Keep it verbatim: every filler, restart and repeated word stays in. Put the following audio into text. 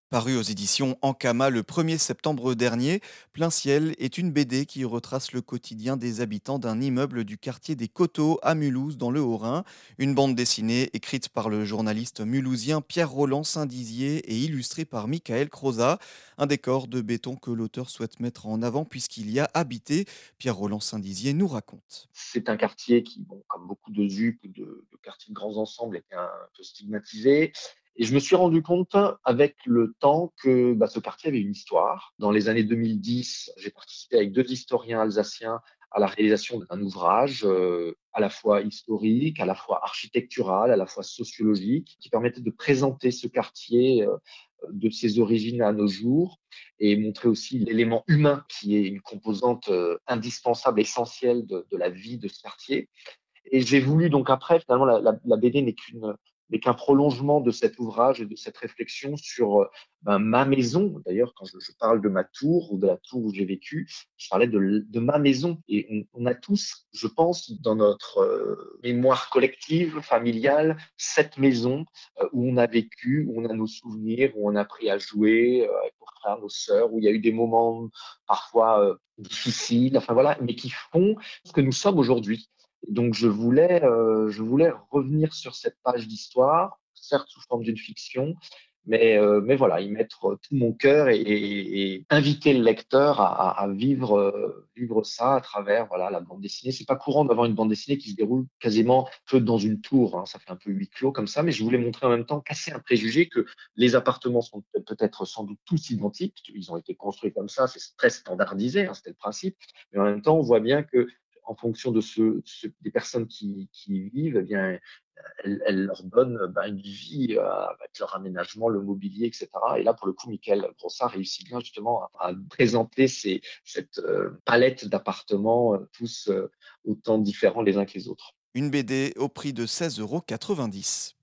Paru aux éditions Ankama le premier septembre dernier, Plein Ciel est une B D qui retrace le quotidien des habitants d'un immeuble du quartier des Coteaux à Mulhouse dans le Haut-Rhin. Une bande dessinée écrite par le journaliste mulhousien Pierre-Roland Saint-Dizier et illustrée par Michael Croza. Un décor de béton que l'auteur souhaite mettre en avant puisqu'il y a habité. Pierre-Roland Saint-Dizier nous raconte. C'est un quartier qui, bon, comme beaucoup de Z U P ou de, de quartiers de grands ensembles, était un peu stigmatisé. Et je me suis rendu compte avec le temps que bah, ce quartier avait une histoire. Dans les années deux mille dix, j'ai participé avec deux historiens alsaciens à la réalisation d'un ouvrage euh, à la fois historique, à la fois architectural, à la fois sociologique, qui permettait de présenter ce quartier euh, de ses origines à nos jours et montrer aussi l'élément humain qui est une composante euh, indispensable, essentielle de, de la vie de ce quartier. Et j'ai voulu donc après, finalement, la, la, la B D n'est qu'une n'est qu'un prolongement de cet ouvrage et de cette réflexion sur euh, ben, ma maison. D'ailleurs, quand je, je parle de ma tour ou de la tour où j'ai vécu, je parlais de, de ma maison. Et on, on a tous, je pense, dans notre euh, mémoire collective, familiale, cette maison euh, où on a vécu, où on a nos souvenirs, où on a appris à jouer euh, avec nos frères, nos sœurs, où il y a eu des moments parfois euh, difficiles, enfin voilà, mais qui font ce que nous sommes aujourd'hui. Donc je voulais, euh, je voulais revenir sur cette page d'histoire, certes sous forme d'une fiction, mais, euh, mais voilà, y mettre tout mon cœur et, et, et inviter le lecteur à, à, à vivre, euh, vivre ça à travers voilà la bande dessinée. C'est pas courant d'avoir une bande dessinée qui se déroule quasiment que dans une tour, hein, ça fait un peu huis clos comme ça, mais je voulais montrer en même temps, casser un préjugé que les appartements sont peut-être sans doute tous identiques, ils ont été construits comme ça, c'est très standardisé, hein, c'était le principe, mais en même temps on voit bien que en fonction de ce, ce- des personnes qui, qui y vivent, eh bien, elle, elle leur donne ben, une vie euh, avec leur aménagement, le mobilier, et cetera. Et là, pour le coup, Michael Brossard réussit bien justement à, à présenter ces, cette euh, palette d'appartements, euh, tous euh, autant différents les uns que les autres. Une B D au prix de seize euros quatre-vingt-dix.